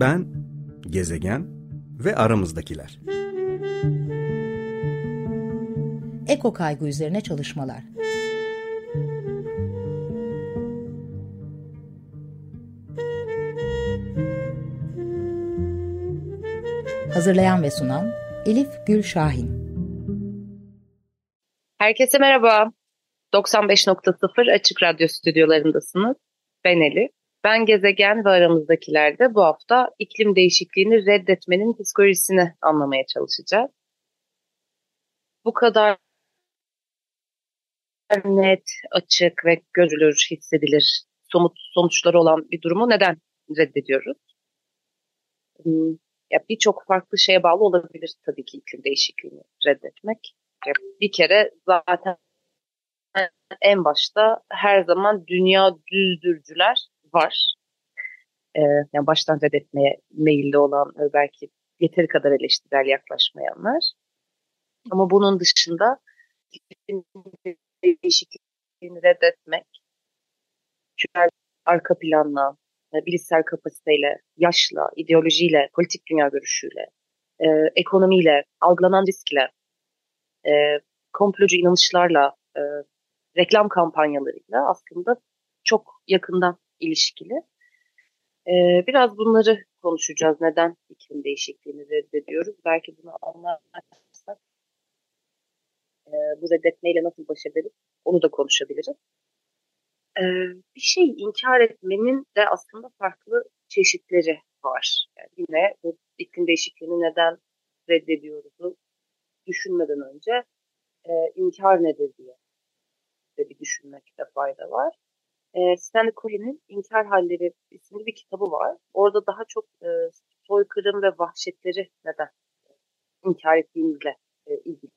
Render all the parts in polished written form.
Ben, gezegen ve aramızdakiler. Eko kaygı üzerine çalışmalar. Hazırlayan ve sunan Elif Gül Şahin. Herkese merhaba. 95.0 Açık Radyo stüdyolarındasınız. Ben Elif. Ben gezegen ve aramızdakilerde bu hafta iklim değişikliğini reddetmenin psikolojisini anlamaya çalışacağız. Bu kadar net, açık ve görülür, hissedilir, somut sonuçları olan bir durumu neden reddediyoruz? Ya birçok farklı şeye bağlı olabilir tabii ki iklim değişikliğini reddetmek. Bir kere zaten en başta her zaman dünya düzdürcüler var. Yani baştan reddetmeye meyilli olan, belki yeteri kadar eleştirel yaklaşmayanlar. Ama bunun dışında iklim değişikliğini reddetmek, çünkü arka planla, bilişsel kapasiteyle, yaşla, ideolojiyle, politik dünya görüşüyle, ekonomiyle, algılanan riskle, komplocu inanışlarla, reklam kampanyalarıyla aslında çok yakından ilişkili. Biraz bunları konuşacağız. Neden iklim değişikliğini reddediyoruz? Belki bunu anlarsak bu reddetmeyle nasıl baş ederiz onu da konuşabiliriz. Bir şey inkar etmenin de aslında farklı çeşitleri var. Yani yine bu iklim değişikliğini neden reddediyoruz'u düşünmeden önce inkar nedir diye bir düşünmekte fayda var. Stanley Cohen'in İnkar Halleri isimli bir kitabı var. Orada daha çok soykırım ve vahşetleri neden inkar ettiğimizle ilgili.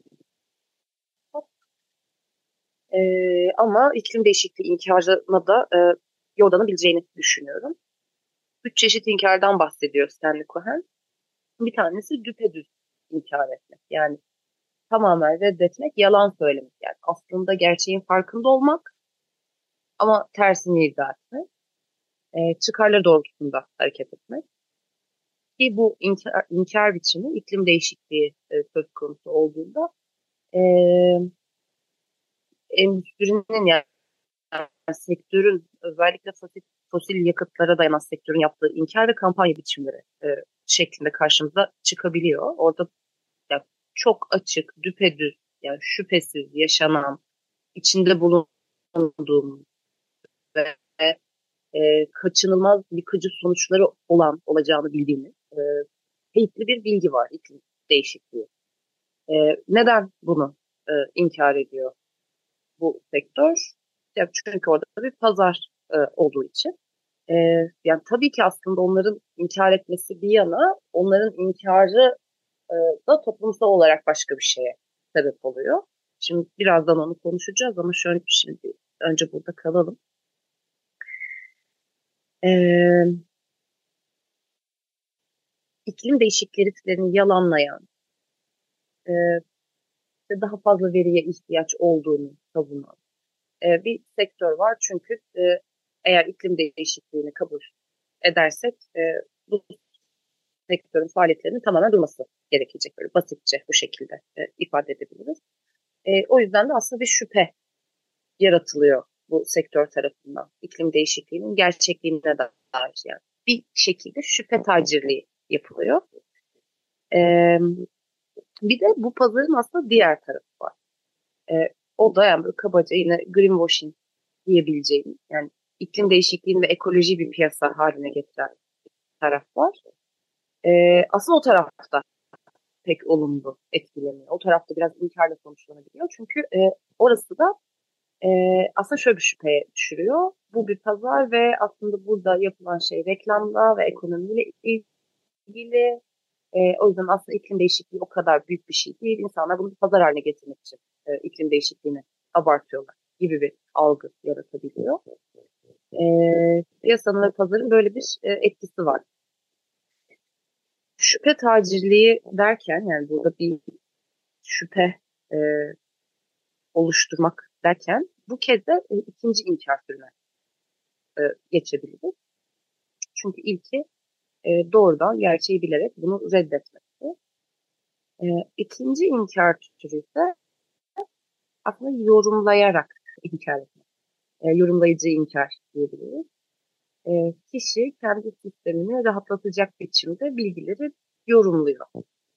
Ama iklim değişikliği inkarına da yollanabileceğini düşünüyorum. 3 çeşit inkardan bahsediyor Stanley Cohen. Bir tanesi düpedüz inkar etmek. Yani tamamen reddetmek, yalan söylemek. Yani aslında gerçeğin farkında olmak ama tersini iddia etmek. Çıkarları doğrultusunda hareket etmek. Ki bu inkar biçimi iklim değişikliği söz konusu olduğunda e, endüstrinin yani sektörün özellikle fosil yakıtlara dayanan sektörün yaptığı inkar ve kampanya biçimleri şeklinde karşımıza çıkabiliyor. Orada yani çok açık, düpedüz, yani şüphesiz yaşanan, içinde bulunduğumuz ve kaçınılmaz yıkıcı sonuçları olacağını bildiğimiz keyifli bir bilgi var iklim değişikliği. Neden bunu inkar ediyor bu sektör? Ya çünkü orada bir pazar olduğu için. E, Yani tabii ki aslında onların inkar etmesi bir yana, onların inkarı da toplumsal olarak başka bir şeye sebep oluyor. Şimdi birazdan onu konuşacağız ama şimdi önce burada kalalım. İklim değişikliklerini yalanlayan, e, daha fazla veriye ihtiyaç olduğunu savunan bir sektör var. Çünkü eğer iklim değişikliğini kabul edersek bu sektörün faaliyetlerinin tamamen durması gerekecek. Böyle basitçe bu şekilde ifade edebiliriz. O yüzden de aslında bir şüphe yaratılıyor bu sektör tarafından. İklim değişikliğinin gerçekliğine dair yani. Bir şekilde şüphe tacirliği yapılıyor. Bir de bu pazarın aslında diğer tarafı var. O da yani böyle kabaca yine greenwashing diyebileceğim, yani iklim değişikliğini ve ekoloji bir piyasa haline getiren taraf var. Aslında o tarafta pek olumlu etkileniyor. O tarafta biraz inkarla sonuçlanabiliyor. Çünkü orası da aslında şöyle bir şüpheye düşürüyor. Bu bir pazar ve aslında burada yapılan şey reklamla ve ekonomiyle ilgili. O yüzden aslında iklim değişikliği o kadar büyük bir şey değil. İnsanlar bunu bir pazar haline getirmek için iklim değişikliğini abartıyorlar gibi bir algı yaratabiliyor. Piyasanın ve pazarın böyle bir etkisi var. Şüphe tacirliği derken, yani burada bir şüphe e, oluşturmak derken bu kez de ikinci inkar türüne geçebiliriz. Çünkü ilki doğrudan gerçeği bilerek bunu reddetmesi. İkinci inkar türü ise aslında yorumlayarak inkar etmek. Yorumlayıcı inkar diyebiliriz. Kişi kendi sistemini rahatlatacak biçimde bilgileri yorumluyor.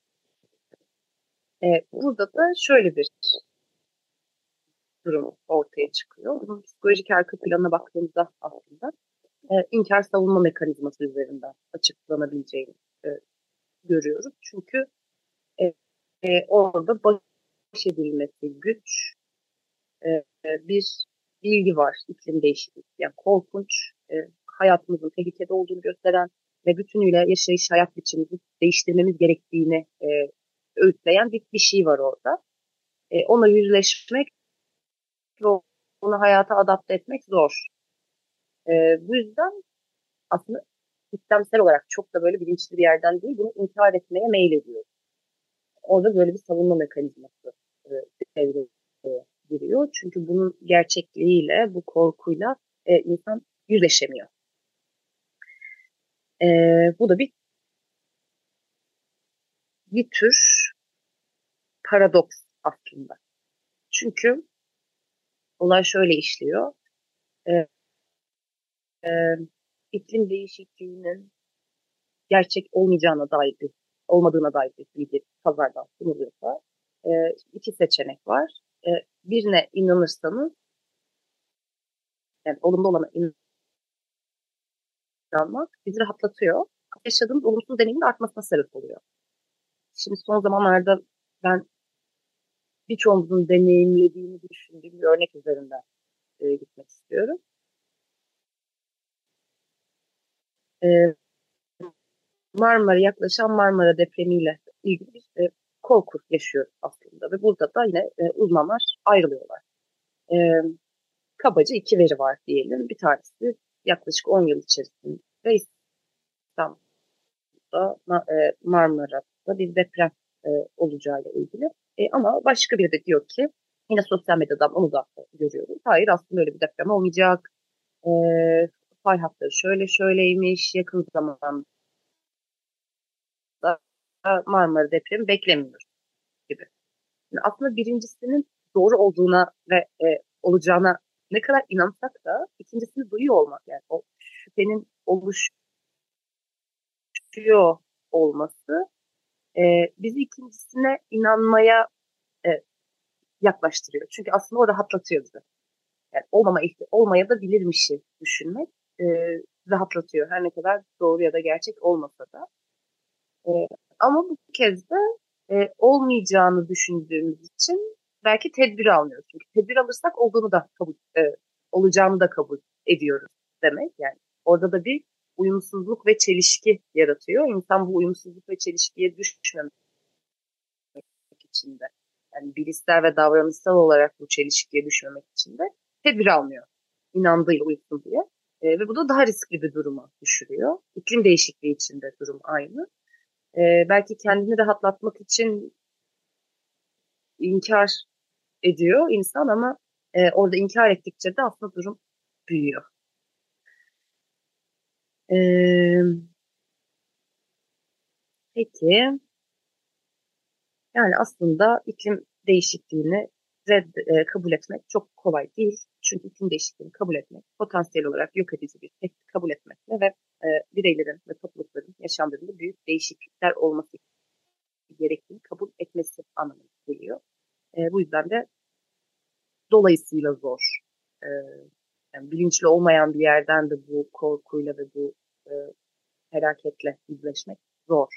Burada da şöyle bir durum ortaya çıkıyor. Bunun psikolojik arka planına baktığımızda aslında inkar savunma mekanizması üzerinden açıklanabileceğini görüyoruz. Çünkü orada baş edilmesi güç bir bilgi var, iklim değişikliği. Yani korkunç, hayatımızın tehlikede olduğunu gösteren ve bütünüyle yaşayış hayat biçimimizi değiştirmemiz gerektiğini öğütleyen bir şey var orada. Ona yüzleşmek ve onu hayata adapte etmek zor. Bu yüzden aslında sistemsel olarak çok da böyle bilinçli bir yerden değil, bunu inkar etmeye meylediyor. Orada böyle bir savunma mekanizması devreye giriyor. Çünkü bunun gerçekliğiyle, bu korkuyla insan yüzleşemiyor. Bu da bir tür paradoks aslında. Çünkü olay şöyle işliyor. E, e, iklim değişikliğinin gerçek olmadığına dair bir bilgi pazardan sunuluyorsa iki seçenek var. Birine inanırsanız, yani olumlu olana inanmak bizi rahatlatıyor. Yaşadığımız olumsuz deneyimin artmasına sebep oluyor. Şimdi son zamanlarda ben birçoğumuzun deneyimlediğini düşündüğüm bir örnek üzerinden gitmek istiyorum. Marmara yaklaşan Marmara depremiyle ilgili bir korku yaşıyoruz aslında ve burada da yine uzmanlar ayrılıyorlar. E, Kabaca iki veri var diyelim. Bir tanesi yaklaşık 10 yıl içerisinde İstanbul'da Marmara'da bir deprem olacağıyla ilgili. Ama başka biri de diyor ki, yine sosyal medyadan onu da görüyoruz. Hayır, aslında öyle bir deprem olmayacak. E, Fay hatları şöyleymiş. Yakın zamanda Marmara depremi beklemiyoruz gibi. Yani aslında birincisinin doğru olduğuna ve olacağına ne kadar inansak da ikincisini duyuyor olmak, yani o şüphenin oluşuyor olması bizi ikincisine inanmaya e, yaklaştırıyor. Çünkü aslında o rahatlatıyor bizi. Yani olmaya da bilirmişi düşünmek e, rahatlatıyor. Her ne kadar doğru ya da gerçek olmasa da. E, Ama bu kez de olmayacağını düşündüğümüz için belki tedbir almıyoruz. Çünkü tedbir alırsak olacağını da kabul ediyoruz demek. Yani orada da bir uyumsuzluk ve çelişki yaratıyor. İnsan bu uyumsuzluk ve çelişkiye düşmemek için de, yani bilişsel ve davranışsal olarak bu çelişkiye düşmemek için de tedbir almıyor. İnandığıyla uysun diye. Ve bu da daha riskli bir duruma düşürüyor. İklim değişikliği için de durum aynı. Belki kendini rahatlatmak için inkar ediyor insan ama orada inkar ettikçe de aslında durum büyüyor. Peki, yani aslında iklim değişikliğini kabul etmek çok kolay değil. Çünkü iklim değişikliğini kabul etmek, potansiyel olarak yok edici bir tehdit kabul etmekle ve bireylerin ve toplulukların yaşamlarında büyük değişiklikler olması gerektiğini kabul etmesi anlamına geliyor. Bu yüzden de dolayısıyla zor. Yani bilinçli olmayan bir yerden de bu korkuyla ve bu e, felaketle yüzleşmek zor.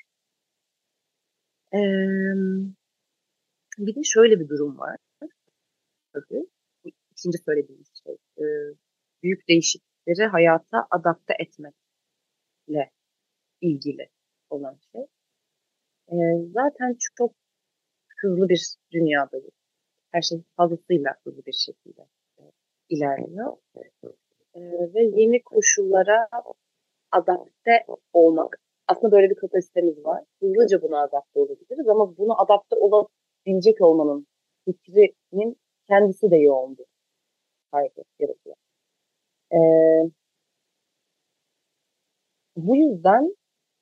Bir de şöyle bir durum var tabii. İkinci söylediğimiz şey. Büyük değişiklikleri hayata adapte etmekle ilgili olan şey. Zaten çok hızlı bir dünyadayız. Her şey fazlasıyla hızlı bir şekilde ilerliyor. Ve yeni koşullara adapte olmak. Aslında böyle bir kapasitemiz var. Hızlıca buna adapte olabiliriz ama bunu adapte olabilecek olmanın fikrinin kendisi de yoğun bir kaygı yaratıyor. Bu yüzden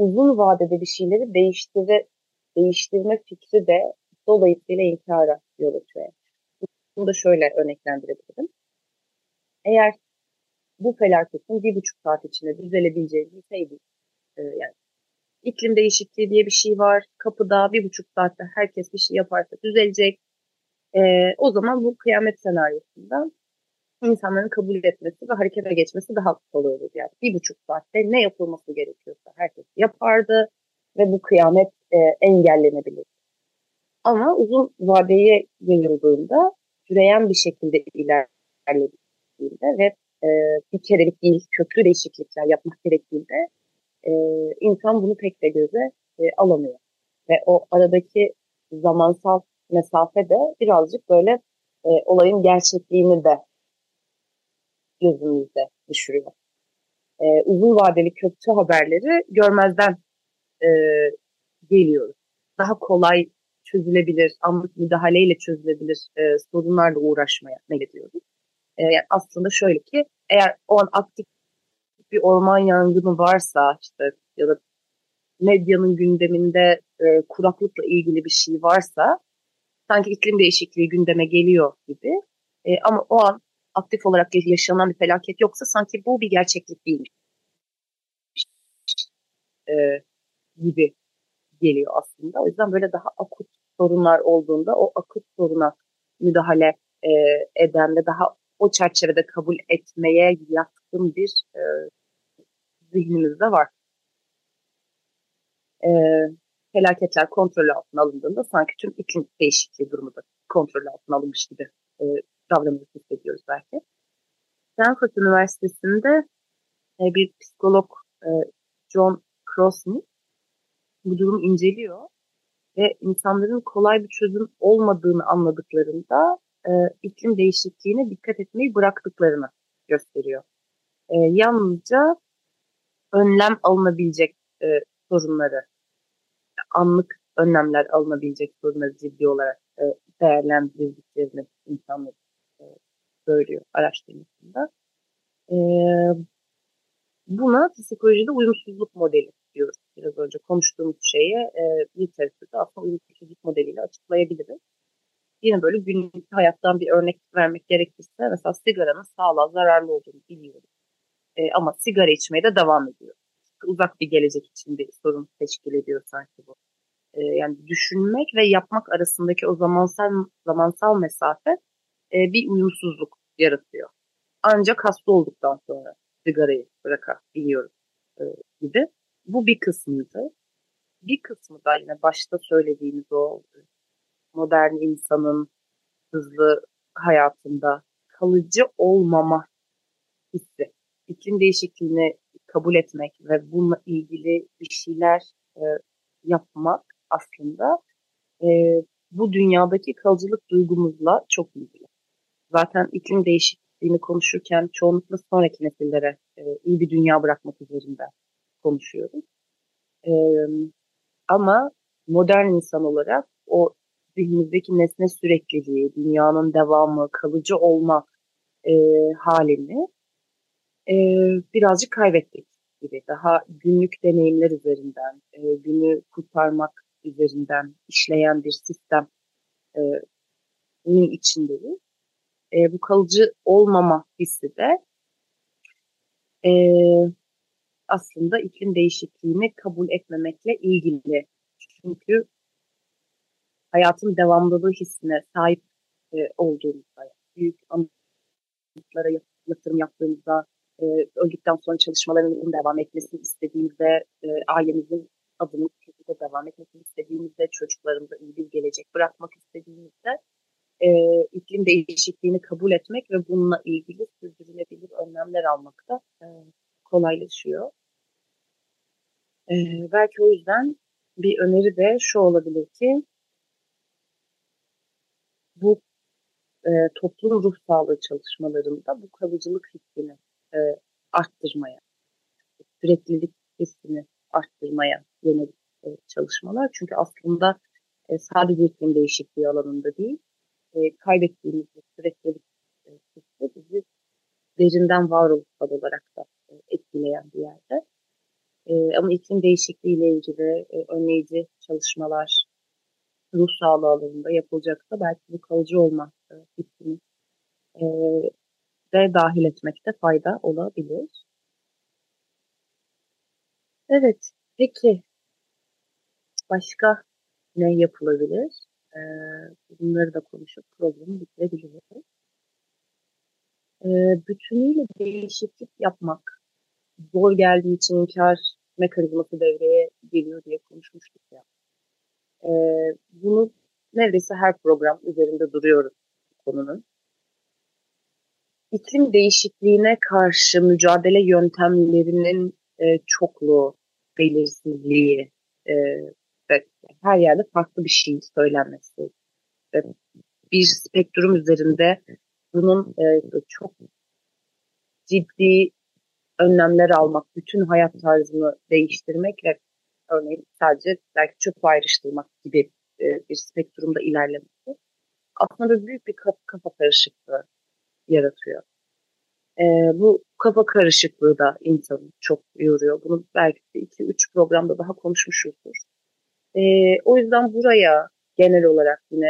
uzun vadede bir şeyleri değiştirme fikri de dolayısıyla inkara yol açıyor. Bunu da şöyle örneklendirebilirim. Eğer bu felaketin 1,5 saat içinde düzelebileceğini bilseydik, yani iklim değişikliği diye bir şey var, kapıda 1,5 saatte herkes bir şey yaparsa düzelecek. O zaman bu kıyamet senaryosunda insanların kabul etmesi ve harekete geçmesi daha kolay olur. Yani 1,5 saatte ne yapılması gerekiyorsa herkes yapardı ve bu kıyamet engellenebilir. Ama uzun vadeye yayıldığında süreyen bir şekilde ilerlediğinde ve bir kerelik değil köklü değişiklikler yapmak gerektiğinde insan bunu pek de göze alamıyor. Ve o aradaki zamansal mesafe de birazcık böyle olayın gerçekliğini de gözümüzde düşürüyor. Uzun vadeli kötü haberleri görmezden e, geliyoruz. Daha kolay çözülebilir, anlık müdahaleyle çözülebilir sorunlarla uğraşmaya meylediyoruz. Yani aslında şöyle ki eğer o an aktif bir orman yangını varsa işte ya da medyanın gündeminde kuraklıkla ilgili bir şey varsa sanki iklim değişikliği gündeme geliyor gibi. Ama o an aktif olarak yaşanan bir felaket yoksa sanki bu bir gerçeklik değil gibi geliyor aslında. O yüzden böyle daha akut sorunlar olduğunda o akut soruna müdahale e, eden ve daha o çerçevede kabul etmeye yatkın bir zihnimizde var. E, Felaketler kontrol altına alındığında sanki tüm iklim değişikliği durumu da kontrol altına alınmış gibi e, davranıyoruz hissediyoruz belki. Stanford Üniversitesi'nde bir psikolog John Crosney bu durumu inceliyor ve insanların kolay bir çözüm olmadığını anladıklarında iklim değişikliğine dikkat etmeyi bıraktıklarını gösteriyor. Yalnızca önlem alınabilecek sorunları, anlık önlemler alınabilecek sorunları ciddi olarak değerlendirdiklerini insanlar e, söylüyor araştırmasında. E, Buna psikolojide uyumsuzluk modeli diyoruz. Biraz önce konuştuğumuz şeye literatürde aslında uyumsuzluk modeliyle açıklayabiliriz. Yine böyle günlük hayattan bir örnek vermek gerekirse mesela sigaranın sağlığa zararlı olduğunu biliyoruz. Ama sigara içmeye de devam ediyor. Uzak bir gelecek için bir sorun teşkil ediyor sanki bu. Yani düşünmek ve yapmak arasındaki o zamansal mesafe bir uyumsuzluk yaratıyor. Ancak hasta olduktan sonra sigarayı bırakabiliyoruz e, gibi. Bu bir kısmıydı. Bir kısmı da yine başta söylediğimiz o modern insanın hızlı hayatında kalıcı olmama hissi. İklim değişikliğini kabul etmek ve bununla ilgili bir şeyler e, yapmak aslında e, bu dünyadaki kalıcılık duygumuzla çok ilgili. Zaten iklim değişikliğini konuşurken çoğunlukla sonraki nesillere iyi bir dünya bırakmak üzerinden konuşuyoruz. E, Ama modern insan olarak o zihnimizdeki nesne sürekliliği, dünyanın devamı, kalıcı olma e, halini e, birazcık kaybettik gibi. Daha günlük deneyimler üzerinden, günü kurtarmak üzerinden işleyen bir sistemin içindeyiz. Bu kalıcı olmama hissi de e, aslında iklim değişikliğini kabul etmemekle ilgili. Çünkü hayatın devamlılığı hissine sahip olduğumuzda, büyük anıtlara yatırım yaptığımızda, öldükten sonra çalışmalarının devam etmesini istediğimizde, ailemizin adının şekilde devam etmesini istediğimizde, çocuklarımıza iyi bir gelecek bırakmak istediğimizde, iklim değişikliğini kabul etmek ve bununla ilgili sürdürülebilir önlemler almak da kolaylaşıyor. Belki o yüzden bir öneri de şu olabilir ki bu toplum ruh sağlığı çalışmalarında bu kalıcılık hissini e, arttırmaya, süreklilik hissini arttırmaya yönelik çalışmalar. Çünkü aslında sadece iklim değişikliği alanında değil, kaybettiğimiz süreklilik hissi bizi derinden varoluşsal olarak da etkileyen bir yerde. Ama iklim değişikliği ile ilgili önleyici çalışmalar ruh sağlığı alanında yapılacaksa belki bu kalıcı olma fikrini e, de dahil etmekte fayda olabilir. Evet, peki başka ne yapılabilir? E, Bunları da konuşup programı bitirebiliriz. E, Bütünüyle değişiklik yapmak zor geldiği için inkar mekanizması devreye giriyor diye konuşmuştuk ya. E, Bunu neredeyse her program üzerinde duruyoruz bu konunun. İklim değişikliğine karşı mücadele yöntemlerinin çokluğu, belirsizliği e, ve her yerde farklı bir şey söylenmesi. E, Bir spektrum üzerinde bunun çok ciddi önlemler almak, bütün hayat tarzını değiştirmek ve örneğin sadece belki çöp ayrıştırmak gibi bir spektrumda ilerlemesi aslında büyük bir kafa karışıklığı yaratıyor. Bu kafa karışıklığı da insanı çok yoruyor. Bunu belki de 2-3 programda daha konuşmuşuzdur. O yüzden buraya genel olarak yine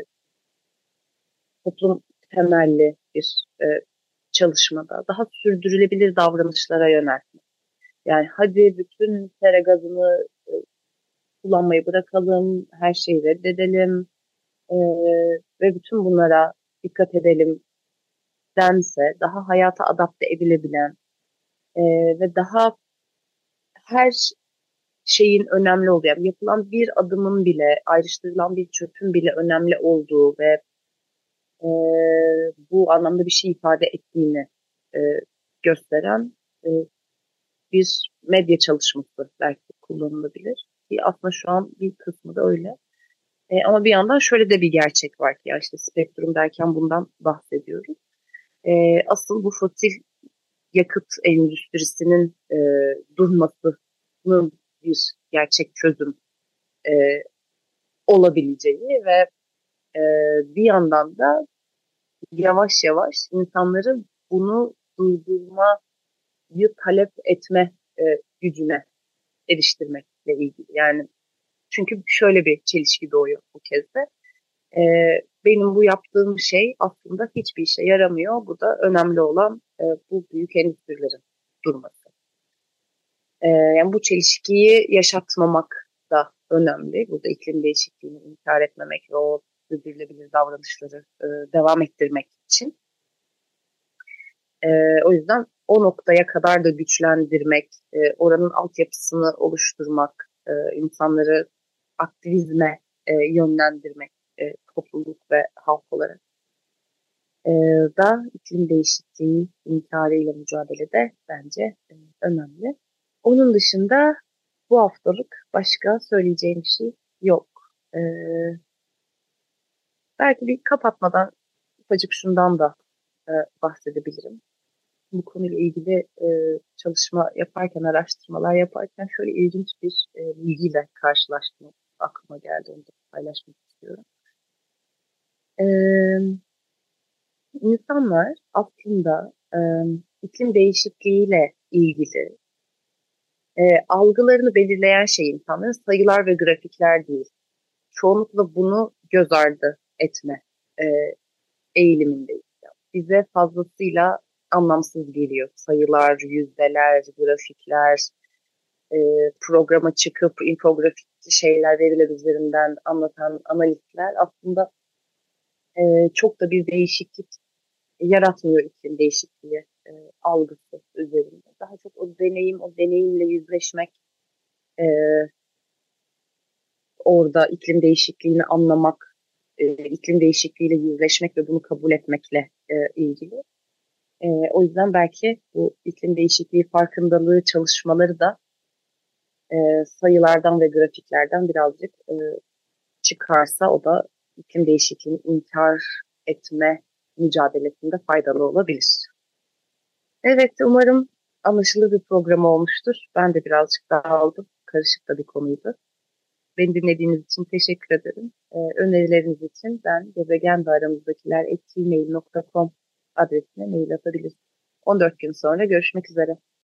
toplum temelli bir çalışmada daha sürdürülebilir davranışlara yöneltmek. Yani hadi bütün sera gazını kullanmayı bırakalım, her şeyi reddedelim e, ve bütün bunlara dikkat edelim dense daha hayata adapte edilebilen e, ve daha her şeyin önemli olduğu, yani yapılan bir adımın bile, ayrıştırılan bir çöpün bile önemli olduğu ve e, bu anlamda bir şey ifade ettiğini e, gösteren bir medya çalışması belki kullanılabilir. Ki aslında şu an bir kısmı da öyle. Ama bir yandan şöyle de bir gerçek var ki ya işte spektrum derken bundan bahsediyoruz. Asıl bu fosil yakıt endüstrisinin durmasının bir gerçek çözüm e, olabileceği ve e, bir yandan da yavaş yavaş insanların bunu durdurmayı talep etme gücüne eriştirmekle ilgili. Yani çünkü şöyle bir çelişki doğuyor bu kez de. E, Benim bu yaptığım şey aslında hiçbir işe yaramıyor. Bu da önemli olan bu büyük endüstrilerin durması. Yani bu çelişkiyi yaşatmamak da önemli. Burada iklim değişikliğini inkar etmemek ve o sürdürülebilir davranışları devam ettirmek için. E, O yüzden o noktaya kadar da güçlendirmek, oranın altyapısını oluşturmak, insanları aktivizme yönlendirmek, topluluk ve halk olarak e, da iklim değişikliği inkarıyla mücadelede bence önemli. Onun dışında bu haftalık başka söyleyeceğim bir şey yok. E, Belki bir kapatmadan ufacık şundan da e, bahsedebilirim. Bu konuyla ilgili çalışma yaparken, araştırmalar yaparken şöyle ilginç bir bilgiyle karşılaştım. Aklıma geldi, onu da paylaşmak istiyorum. E, insanlar aslında iklim değişikliğiyle ilgili algılarını belirleyen şey insanların sayılar ve grafikler değil. Çoğunlukla bunu göz ardı etme e, eğilimindeyiz. Bize fazlasıyla anlamsız geliyor. Sayılar, yüzdeler, grafikler, e, programa çıkıp infografik şeyler, veriler üzerinden anlatan analistler aslında çok da bir değişiklik yaratmıyor iklim değişikliği algısı üzerinde. Daha çok o deneyim, o deneyimle yüzleşmek, e, orada iklim değişikliğini anlamak, iklim değişikliğiyle yüzleşmek ve bunu kabul etmekle ilgili. O yüzden belki bu iklim değişikliği farkındalığı çalışmaları da sayılardan ve grafiklerden birazcık çıkarsa o da iklim değişikliğini inkar etme mücadelesinde faydalı olabilir. Evet, umarım anlaşılır bir program olmuştur. Ben de birazcık dağıldım. Karışık da bir konuydu. Beni dinlediğiniz için teşekkür ederim. Önerileriniz için ben gezegendearamızdakiler@gmail.com adresine mail atabilirsiniz. 14 gün sonra görüşmek üzere.